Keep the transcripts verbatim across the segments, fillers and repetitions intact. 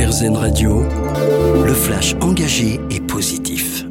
RZN Radio, le flash engagé et positif.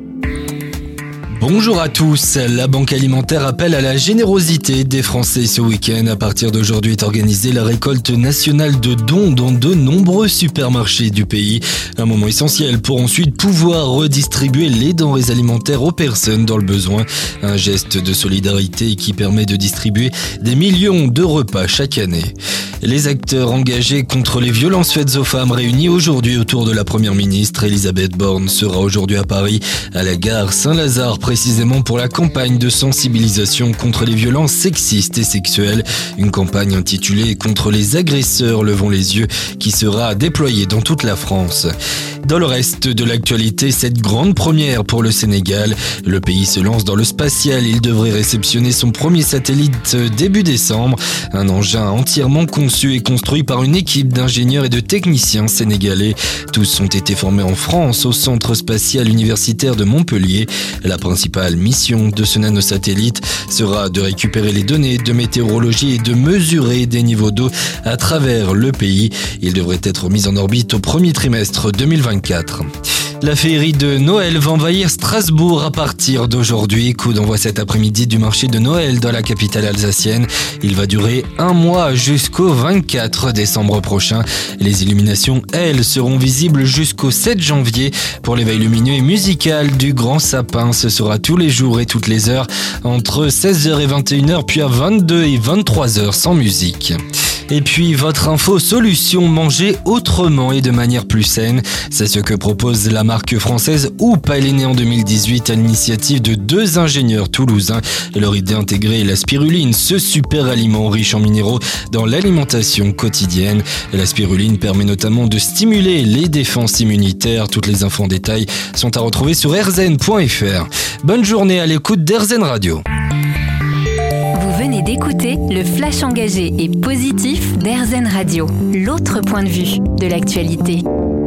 Bonjour à tous. La Banque alimentaire appelle à la générosité des Français ce week-end. À partir d'aujourd'hui est organisée la récolte nationale de dons dans de nombreux supermarchés du pays. Un moment essentiel pour ensuite pouvoir redistribuer les denrées alimentaires aux personnes dans le besoin. Un geste de solidarité qui permet de distribuer des millions de repas chaque année. Les acteurs engagés contre les violences faites aux femmes réunis aujourd'hui autour de la Première ministre Elisabeth Borne sera aujourd'hui à Paris, à la gare Saint-Lazare, précisément pour la campagne de sensibilisation contre les violences sexistes et sexuelles. Une campagne intitulée « Contre les agresseurs, levons les yeux » qui sera déployée dans toute la France. Dans le reste de l'actualité, cette grande première pour le Sénégal. Le pays se lance dans le spatial. Il devrait réceptionner son premier satellite début décembre. Un engin entièrement conçu et construit par une équipe d'ingénieurs et de techniciens sénégalais. Tous ont été formés en France au centre spatial universitaire de Montpellier. La principale mission de ce nanosatellite sera de récupérer les données de météorologie et de mesurer des niveaux d'eau à travers le pays. Il devrait être mis en orbite au premier trimestre deux mille vingt-quatre. La féerie de Noël va envahir Strasbourg à partir d'aujourd'hui. Coup d'envoi cet après-midi du marché de Noël dans la capitale alsacienne. Il va durer un mois jusqu'au vingt-quatre décembre prochain. Les illuminations, elles, seront visibles jusqu'au sept janvier. Pour l'éveil lumineux et musical du Grand Sapin, ce sera tous les jours et toutes les heures entre seize heures et vingt et une heures, puis à vingt-deux et vingt-trois heures sans musique. Et puis votre info solution, manger autrement et de manière plus saine. C'est ce que propose la marque française Hoop. Elle est née en deux mille dix-huit à l'initiative de deux ingénieurs toulousains. Leur idée, intégrer la spiruline, ce super aliment riche en minéraux dans l'alimentation quotidienne. La spiruline permet notamment de stimuler les défenses immunitaires. Toutes les infos en détail sont à retrouver sur r z n point f r. Bonne journée à l'écoute d'RZN Radio. Vous venez d'écouter le flash engagé et positif d'RZN Radio, l'autre point de vue de l'actualité.